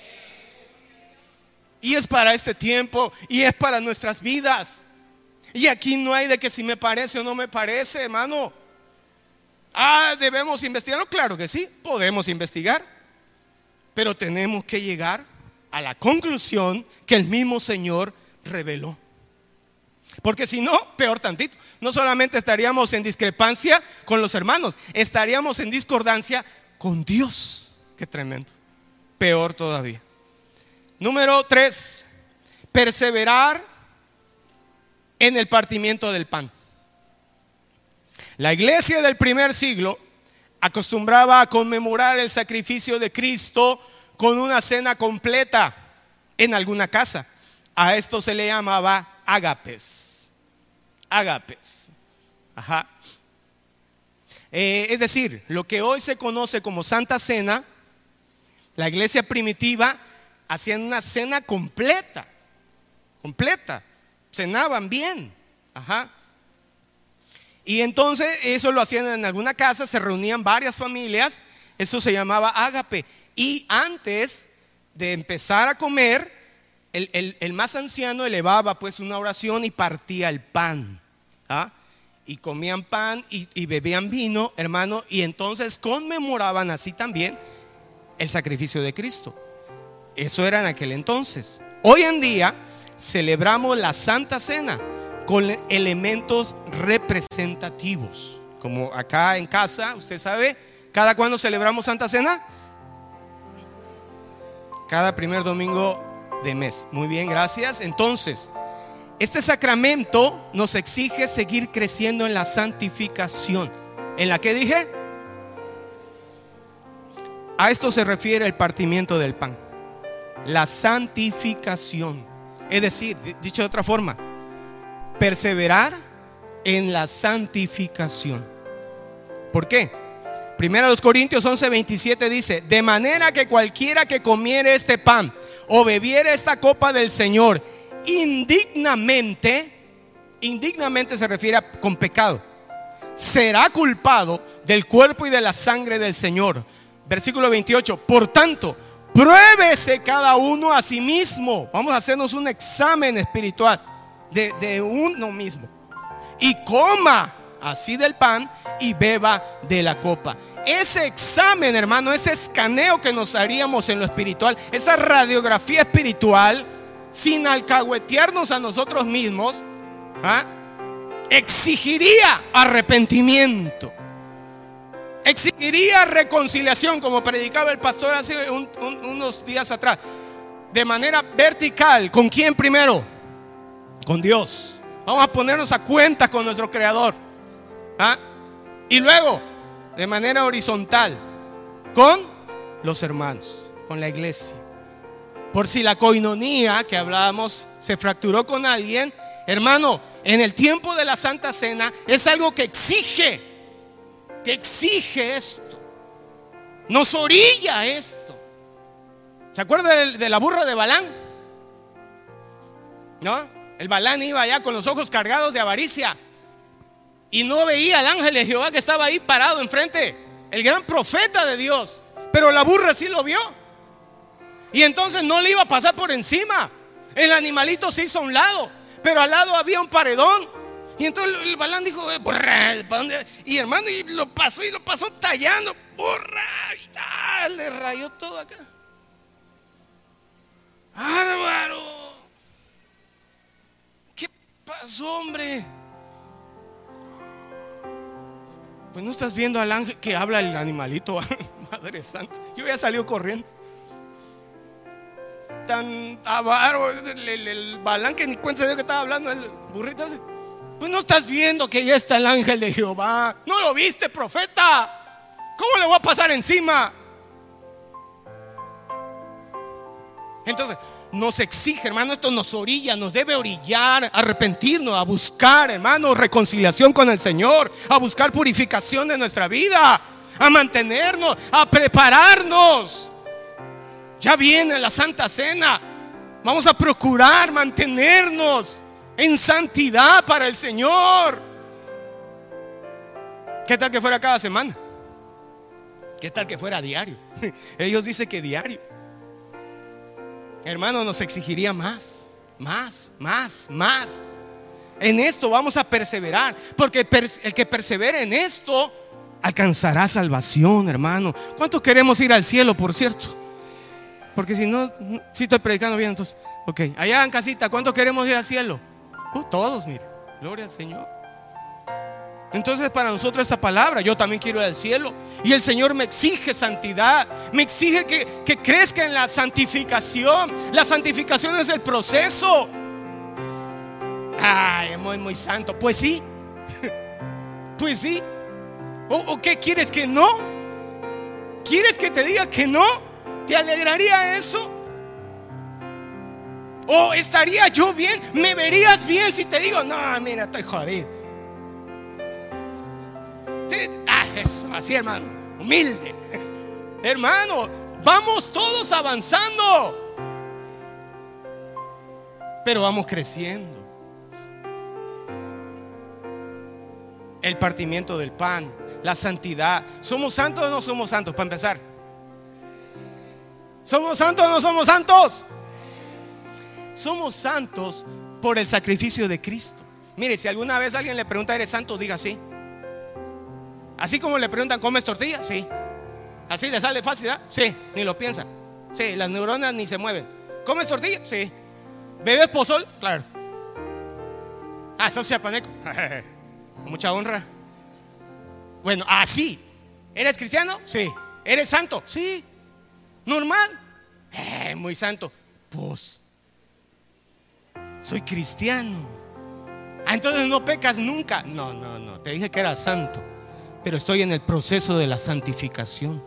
Y es para este tiempo y es para nuestras vidas. Y aquí no hay de que si me parece o no me parece, hermano. ¿Debemos investigarlo? Claro que sí, podemos investigar. Pero tenemos que llegar a la conclusión que el mismo Señor reveló. Porque si no, peor tantito. No solamente estaríamos en discrepancia con los hermanos, estaríamos en discordancia con Dios. Qué tremendo. Peor todavía. Número 3, perseverar en el partimiento del pan. La iglesia del primer siglo acostumbraba a conmemorar el sacrificio de Cristo con una cena completa en alguna casa. A esto se le llamaba ágapes. Ágapes. Ajá. Es decir, lo que hoy se conoce como Santa Cena, la iglesia primitiva hacían una cena completa. Cenaban bien. Ajá. Y entonces eso lo hacían en alguna casa, se reunían varias familias, eso se llamaba ágape. Y antes de empezar a comer, el más anciano elevaba pues una oración y partía el pan. Y comían pan y bebían vino, hermano, y entonces conmemoraban así también el sacrificio de Cristo. Eso era en aquel entonces. Hoy en día celebramos la Santa Cena con elementos representativos, como acá en casa, usted sabe, ¿cada cuándo celebramos Santa Cena? Cada primer domingo de mes. Muy bien, gracias. Entonces, este sacramento nos exige seguir creciendo en la santificación. ¿En la que dije? A esto se refiere el partimiento del pan. La santificación. Es decir, dicho de otra forma, perseverar en la santificación. ¿Por qué? Primera los Corintios 11:27 dice: de manera que cualquiera que comiere este pan o bebiere esta copa del Señor indignamente, indignamente se refiere con pecado, será culpado del cuerpo y de la sangre del Señor. Versículo 28. Por tanto, pruébese cada uno a sí mismo. Vamos a hacernos un examen espiritual de uno mismo. Y coma así del pan y beba de la copa. Ese examen, hermano, ese escaneo que nos haríamos en lo espiritual, esa radiografía espiritual, sin alcahuetearnos a nosotros mismos, exigiría arrepentimiento, exigiría reconciliación, como predicaba el pastor hace unos días atrás, de manera vertical. ¿Con quién primero? Con Dios. Vamos a ponernos a cuenta con nuestro Creador, y luego de manera horizontal con los hermanos, con la iglesia. Por si la coinonía que hablábamos se fracturó con alguien, hermano, en el tiempo de la Santa Cena es algo que exige esto, nos orilla esto. ¿Se acuerda de la burra de Balán? ¿No? El Balán iba allá con los ojos cargados de avaricia y no veía al ángel de Jehová que estaba ahí parado enfrente, el gran profeta de Dios. Pero la burra sí lo vio, y entonces no le iba a pasar por encima. El animalito se hizo a un lado, pero al lado había un paredón. Y entonces el Balán dijo: burra, ¿para dónde? Y hermano, y lo pasó tallando. Burra, le rayó todo acá. ¡Bárbaro! ¿Qué pasó, hombre? Pues no estás viendo al ángel que habla el animalito. Madre santa, yo ya salió corriendo. Tan avaro el Balán que ni cuenta se dio que estaba hablando el burrito ese. Pues no estás viendo que ya está el ángel de Jehová. ¿No lo viste, profeta? ¿Cómo le voy a pasar encima? Entonces nos exige, hermano, esto nos orilla, nos debe orillar a arrepentirnos, a buscar, hermano, reconciliación con el Señor, a buscar purificación de nuestra vida, a mantenernos, a prepararnos. Ya viene la Santa Cena. Vamos a procurar mantenernos en santidad para el Señor. ¿Qué tal que fuera cada semana? ¿Qué tal que fuera diario? Ellos dicen que diario. Hermano, nos exigiría más. En esto vamos a perseverar, porque el que persevere en esto alcanzará salvación, hermano. ¿Cuántos queremos ir al cielo, por cierto? Porque si no, si estoy predicando bien, entonces, ok, allá en casita, ¿cuántos queremos ir al cielo? Todos, mire, gloria al Señor. Entonces para nosotros esta palabra, yo también quiero ir al cielo. Y el Señor me exige santidad, me exige que crezca en la santificación. La santificación es el proceso. Ay, es muy santo. Pues sí. Pues sí. ¿O qué quieres que no? ¿Quieres que te diga que no? ¿Te alegraría eso? ¿O estaría yo bien? ¿Me verías bien si te digo: no, mira, estoy jodido? Eso, así, hermano, humilde. Hermano, vamos todos avanzando, pero vamos creciendo. El partimiento del pan, la santidad. ¿Somos santos o no somos santos? Para empezar, ¿somos santos o no somos santos? Somos santos por el sacrificio de Cristo. Mire, si alguna vez alguien le pregunta: ¿eres santo? Diga sí. Así como le preguntan: ¿comes tortilla? Sí. Así le sale fácil, ¿eh? Sí, ni lo piensa. Sí, las neuronas ni se mueven. ¿Comes tortilla? Sí. ¿Bebes pozol? Claro. Eso es chiapaneco. Con mucha honra. Bueno, así. ¿Eres cristiano? Sí. ¿Eres santo? Sí. ¿Normal? Muy santo. Pues soy cristiano. Entonces no pecas nunca. No, te dije que eras santo, pero estoy en el proceso de la santificación.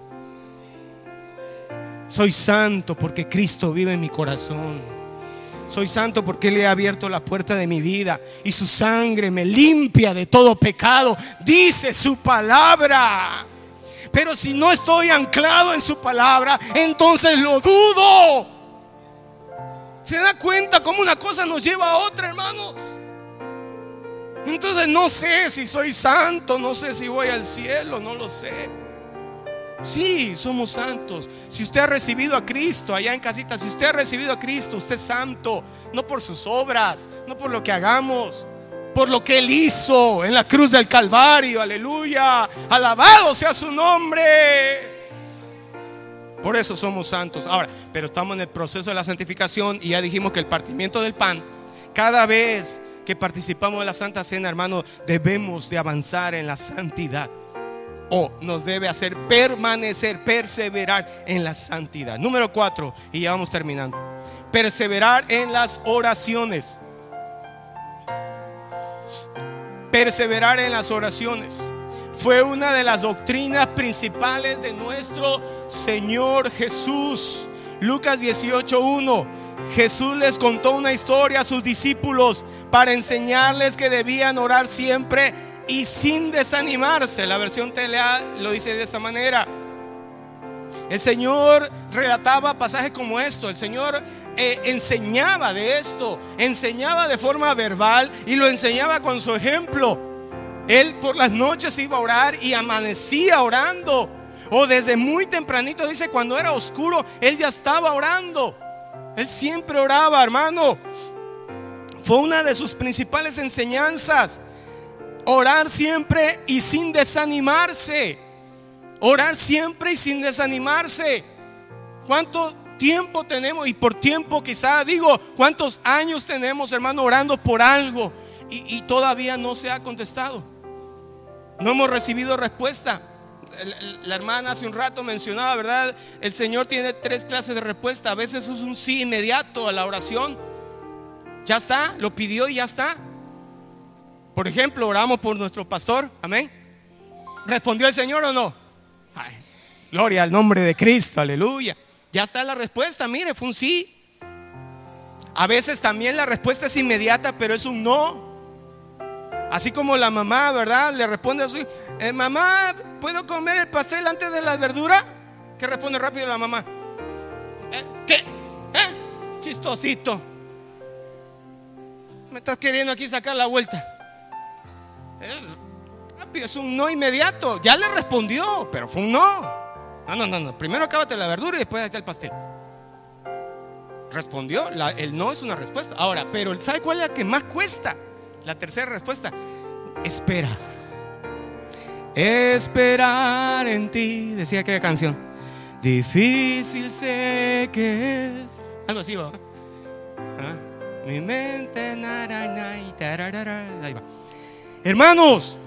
Soy santo porque Cristo vive en mi corazón. Soy santo porque Él le ha abierto la puerta de mi vida y su sangre me limpia de todo pecado, dice su palabra. Pero si no estoy anclado en su palabra, entonces lo dudo. ¿Se da cuenta cómo una cosa nos lleva a otra, hermanos? Entonces no sé si soy santo, no sé si voy al cielo, no lo sé. Sí, somos santos. Si usted ha recibido a Cristo, allá en casita, si usted ha recibido a Cristo, usted es santo. No por sus obras, no por lo que hagamos, por lo que Él hizo en la cruz del Calvario. Aleluya, alabado sea su nombre. Por eso somos santos. Ahora, pero estamos en el proceso de la santificación. Y ya dijimos que el partimiento del pan, cada vez que participamos de la Santa Cena, hermano, debemos de avanzar en la santidad, o nos debe hacer permanecer, perseverar en la santidad. Número 4, y ya vamos terminando: perseverar en las oraciones. Perseverar en las oraciones fue una de las doctrinas principales de nuestro Señor Jesús. Lucas 18:1. Jesús les contó una historia a sus discípulos para enseñarles que debían orar siempre y sin desanimarse. La versión TLA lo dice de esta manera. El Señor relataba pasajes como esto. El Señor enseñaba de esto, enseñaba de forma verbal y lo enseñaba con su ejemplo. Él por las noches iba a orar y amanecía orando, o desde muy tempranito, dice, cuando era oscuro, Él ya estaba orando. Él siempre oraba, hermano. Fue una de sus principales enseñanzas. Orar siempre y sin desanimarse. Orar siempre y sin desanimarse. ¿Cuánto tiempo tenemos? Y por tiempo quizá digo, ¿cuántos años tenemos, hermano, orando por algo y todavía no se ha contestado? No hemos recibido respuesta. La hermana hace un rato mencionaba, ¿verdad? El Señor tiene 3 clases de respuesta. A veces es un sí inmediato a la oración. Ya está, lo pidió y ya está. Por ejemplo, oramos por nuestro pastor, amén. ¿Respondió el Señor o no? Ay, gloria al nombre de Cristo, aleluya. Ya está la respuesta, mire, fue un sí. A veces también la respuesta es inmediata, pero es un no. Así como la mamá, ¿verdad? Le responde a su hijo: mamá, ¿puedo comer el pastel antes de la verdura? ¿Qué responde rápido la mamá? ¿Qué? Chistosito. Me estás queriendo aquí sacar la vuelta. Rápido, es un no inmediato. Ya le respondió, pero fue un no. No. Primero acábate la verdura y después está el pastel. Respondió. El no es una respuesta. Ahora, pero ¿sabe cuál es la que más cuesta? La tercera respuesta: espera. Esperar en ti. Decía aquella canción: difícil sé que es. Algo así va. Mi mente, ahí va. Hermanos,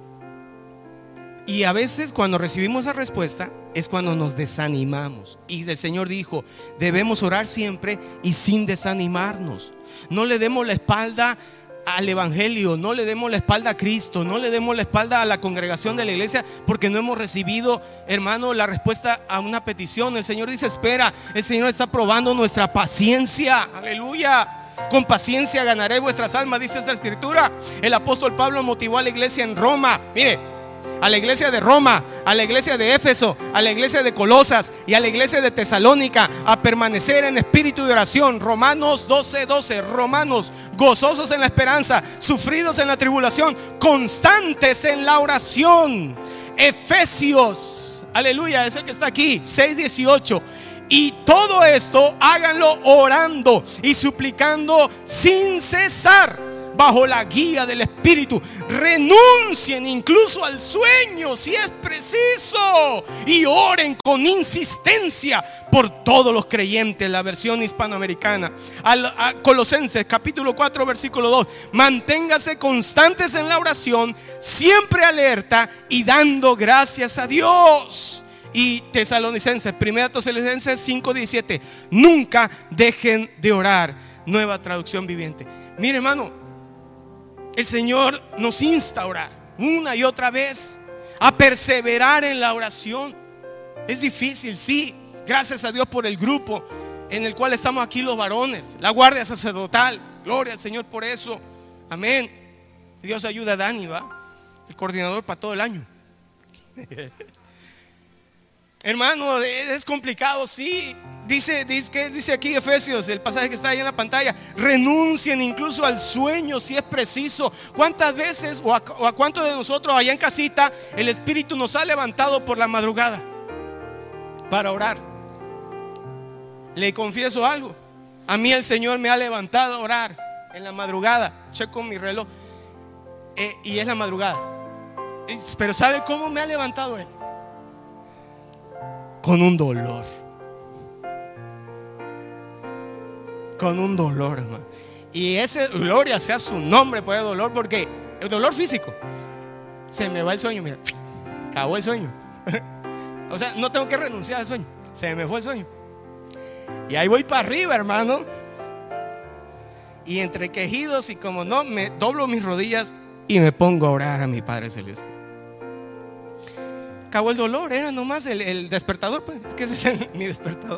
y a veces cuando recibimos esa respuesta es cuando nos desanimamos. Y el Señor dijo: debemos orar siempre y sin desanimarnos. No le demos la espalda al evangelio, no le demos la espalda a Cristo, no le demos la espalda a la congregación de la iglesia porque no hemos recibido, hermano, la respuesta a una petición. El Señor dice: espera. El Señor está probando nuestra paciencia. Aleluya. Con paciencia ganaré vuestras almas, dice esta escritura. El apóstol Pablo motivó a la iglesia en Roma. Mire, a la iglesia de Roma, a la iglesia de Éfeso, a la iglesia de Colosas y a la iglesia de Tesalónica a permanecer en espíritu de oración. Romanos 12:12. Romanos, gozosos en la esperanza, sufridos en la tribulación, constantes en la oración. Efesios, aleluya, es el que está aquí, 6:18. Y todo esto háganlo orando y suplicando sin cesar, bajo la guía del Espíritu. Renuncien incluso al sueño si es preciso, y oren con insistencia por todos los creyentes. La versión hispanoamericana. A Colosenses capítulo 4 versículo 2: manténgase constantes en la oración, siempre alerta y dando gracias a Dios. Y Tesalonicenses, 1 Tesalonicenses 5:17: nunca dejen de orar. Nueva traducción viviente. Mire, hermano, el Señor nos insta a orar una y otra vez, a perseverar en la oración. Es difícil, sí. Gracias a Dios por el grupo en el cual estamos aquí los varones, la guardia sacerdotal. Gloria al Señor por eso. Amén. Dios ayuda a Dani, ¿va? El coordinador para todo el año. Hermano, es complicado, sí. Dice aquí Efesios, el pasaje que está ahí en la pantalla: renuncien incluso al sueño si es preciso. ¿Cuántas veces o a cuántos de nosotros allá en casita el Espíritu nos ha levantado por la madrugada para orar? Le confieso algo: a mí el Señor me ha levantado a orar en la madrugada. Checo mi reloj y es la madrugada. Pero ¿sabe cómo me ha levantado Él? Con un dolor. Con un dolor, hermano. Y ese, gloria sea su nombre por el dolor, porque el dolor físico, se me va el sueño, mira, acabó el sueño. O sea, no tengo que renunciar al sueño, se me fue el sueño. Y ahí voy para arriba, hermano. Y entre quejidos y como no, me doblo mis rodillas y me pongo a orar a mi Padre Celeste. Acabó el dolor, era nomás el despertador, pues. Es que ese es mi despertador.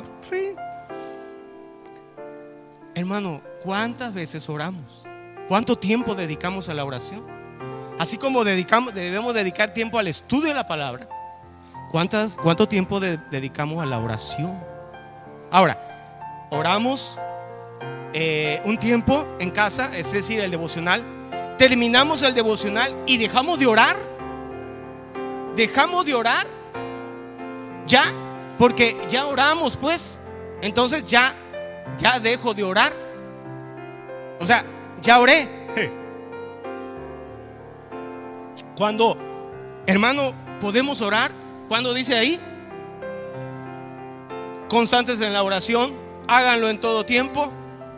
Hermano, ¿cuántas veces oramos? ¿Cuánto tiempo dedicamos a la oración? Así como debemos dedicar tiempo al estudio de la palabra, ¿cuánto tiempo dedicamos a la oración? Ahora, oramos un tiempo en casa, es decir, el devocional. Terminamos el devocional y dejamos de orar. Dejamos de orar ya, porque ya oramos, pues. Entonces ya dejo de orar. O sea, ya oré. Cuando, hermano, podemos orar, cuando dice ahí: constantes en la oración, háganlo en todo tiempo,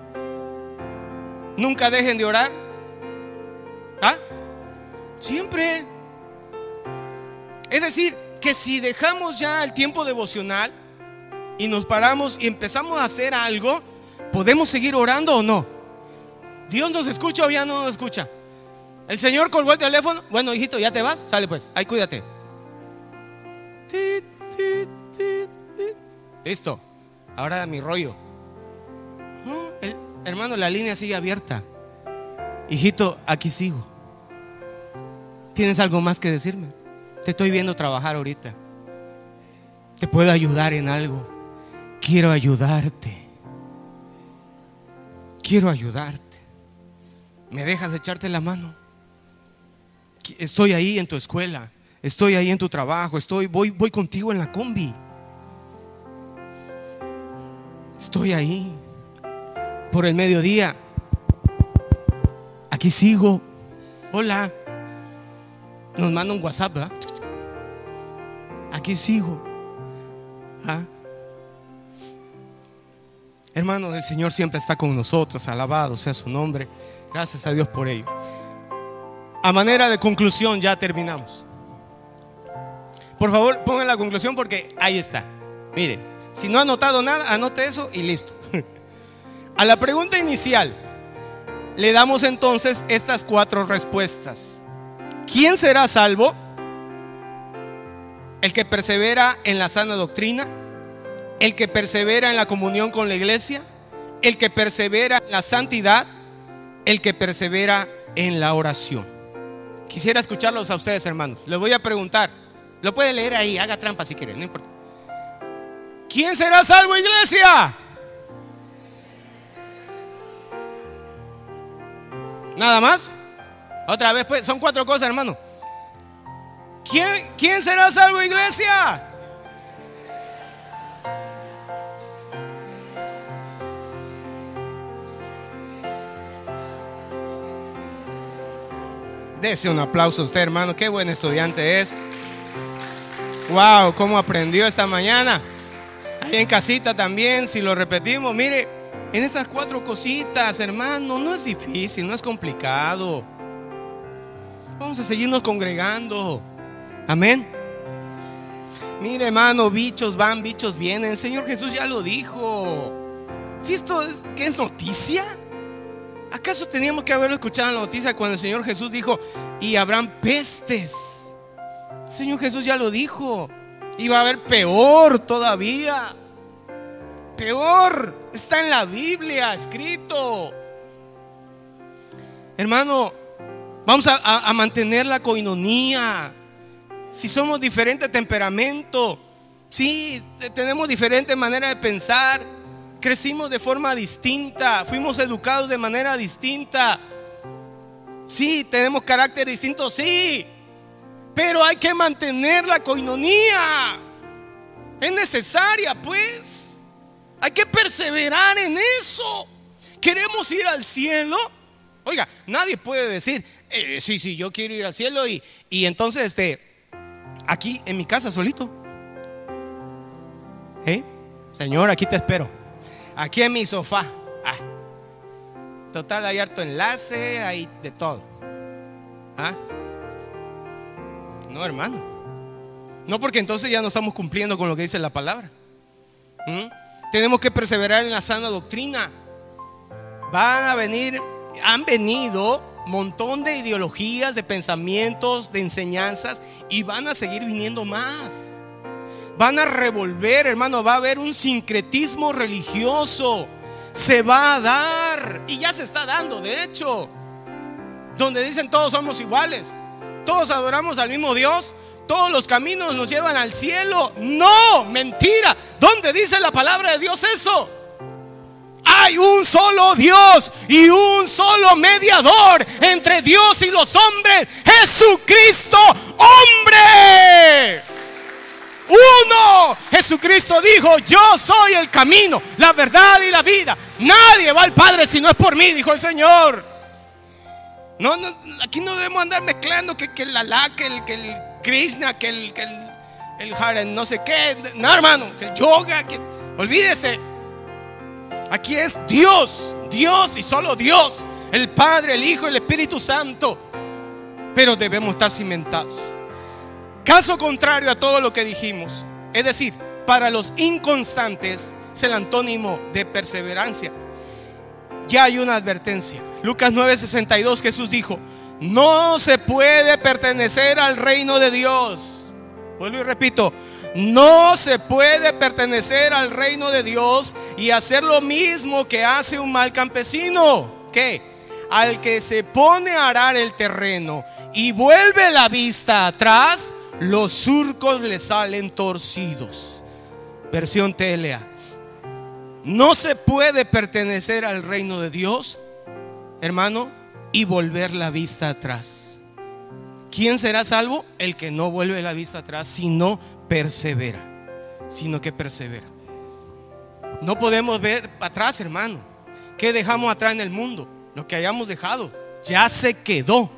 nunca dejen de orar. ¿Ah? Siempre. Es decir, que si dejamos ya el tiempo devocional y nos paramos y empezamos a hacer algo, ¿podemos seguir orando o no? ¿Dios nos escucha o ya no nos escucha? ¿El Señor colgó el teléfono? Bueno, hijito, ¿ya te vas? Sale pues, ahí cuídate. Listo, ahora mi rollo. No, hermano, la línea sigue abierta. Hijito, aquí sigo. ¿Tienes algo más que decirme? Te estoy viendo trabajar ahorita. ¿Te puedo ayudar en algo? Quiero ayudarte. Quiero ayudarte. ¿Me dejas echarte la mano? Estoy ahí en tu escuela, estoy ahí en tu trabajo, voy contigo en la combi. Estoy ahí. Por el mediodía, aquí sigo. Hola. Nos manda un WhatsApp, ¿verdad? Aquí sigo. ¿Ah? Hermano, el Señor siempre está con nosotros. Alabado sea su nombre. Gracias a Dios por ello. A manera de conclusión, ya terminamos. Por favor, pongan la conclusión porque ahí está. Mire, si no ha anotado nada, anote eso y listo. A la pregunta inicial le damos entonces estas 4 respuestas. ¿Quién será salvo? El que persevera en la sana doctrina, el que persevera en la comunión con la iglesia, el que persevera en la santidad, el que persevera en la oración. Quisiera escucharlos a ustedes, hermanos. Les voy a preguntar. Lo puede leer ahí, haga trampa si quiere, no importa. ¿Quién será salvo, iglesia? ¿Nada más? Otra vez pues, son 4 cosas, hermano. ¿Quién será salvo, iglesia? Dese un aplauso a usted, hermano. Qué buen estudiante es. Wow, cómo aprendió esta mañana. Ahí en casita también, si lo repetimos, mire, en esas 4 cositas, hermano, no es difícil, no es complicado. Vamos a seguirnos congregando. Amén. Mire, hermano, bichos van, bichos vienen. El Señor Jesús ya lo dijo. Si esto es, ¿qué es noticia? ¿Acaso teníamos que haberlo escuchado en la noticia cuando el Señor Jesús dijo: y habrán pestes? El Señor Jesús ya lo dijo. Y va a haber peor todavía. Peor. Está en la Biblia escrito. Hermano, vamos a mantener la coinonía. Si somos diferente temperamento, Sí, tenemos diferentes maneras de pensar, crecimos de forma distinta, fuimos educados de manera distinta. Sí, tenemos carácter distinto, sí, pero hay que mantener la coinonía. Es necesaria, pues. Hay que perseverar en eso. ¿Queremos ir al cielo? Oiga, nadie puede decir, sí, yo quiero ir al cielo y entonces aquí en mi casa solito. Señor, aquí te espero. Aquí en mi sofá. Total, hay harto enlace, hay de todo. No, hermano. No, porque entonces ya no estamos cumpliendo con lo que dice la palabra. Tenemos que perseverar en la sana doctrina. Han venido un montón de ideologías, de pensamientos, de enseñanzas, y van a seguir viniendo más. Van a revolver, hermano, va a haber un sincretismo religioso. Se va a dar, y ya se está dando, de hecho, donde dicen todos somos iguales, todos adoramos al mismo Dios, todos los caminos nos llevan al cielo. No, mentira. ¿Dónde dice la palabra de Dios eso? Hay un solo Dios y un solo mediador entre Dios y los hombres, Jesucristo, hombre. Uno. Jesucristo dijo: yo soy el camino, la verdad y la vida. Nadie va al Padre si no es por mí, dijo el Señor. No, aquí no debemos andar mezclando que el Alá, que el Krishna, que el Haren, no sé qué. No, hermano, que el yoga, olvídese. Aquí es Dios y solo Dios, el Padre, el Hijo y el Espíritu Santo. Pero debemos estar cimentados. Caso contrario a todo lo que dijimos, es decir, para los inconstantes es el antónimo de perseverancia. Ya hay una advertencia. Lucas 9:62, Jesús dijo: no se puede pertenecer al reino de Dios. Vuelvo y repito: no se puede pertenecer al reino de Dios y hacer lo mismo que hace un mal campesino. ¿Qué? Al que se pone a arar el terreno y vuelve la vista atrás, los surcos le salen torcidos. Versión TLA. No se puede pertenecer al reino de Dios, hermano, y volver la vista atrás. ¿Quién será salvo? El que no vuelve la vista atrás, sino persevera. Sino que persevera. No podemos ver atrás, hermano. ¿Qué dejamos atrás en el mundo? Lo que hayamos dejado ya se quedó.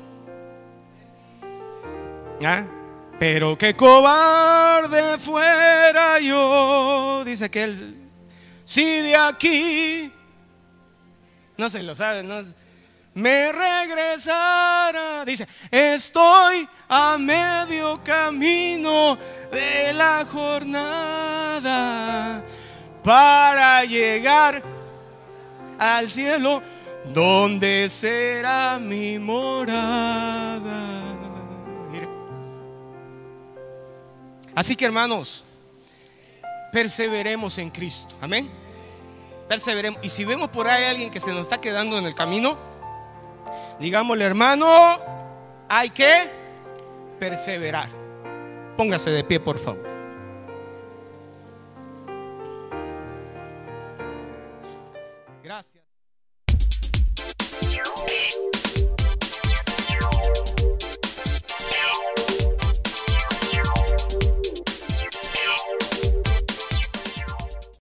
Pero qué cobarde fuera yo, dice que él, si de aquí, no se lo sabe, no, me regresara. Dice: estoy a medio camino de la jornada para llegar al cielo, donde será mi morada. Mire. Así que, hermanos, perseveremos en Cristo. Amén. Perseveremos. Y si vemos por ahí a alguien que se nos está quedando en el camino, digámosle: hermano, hay que perseverar. Póngase de pie, por favor. Gracias.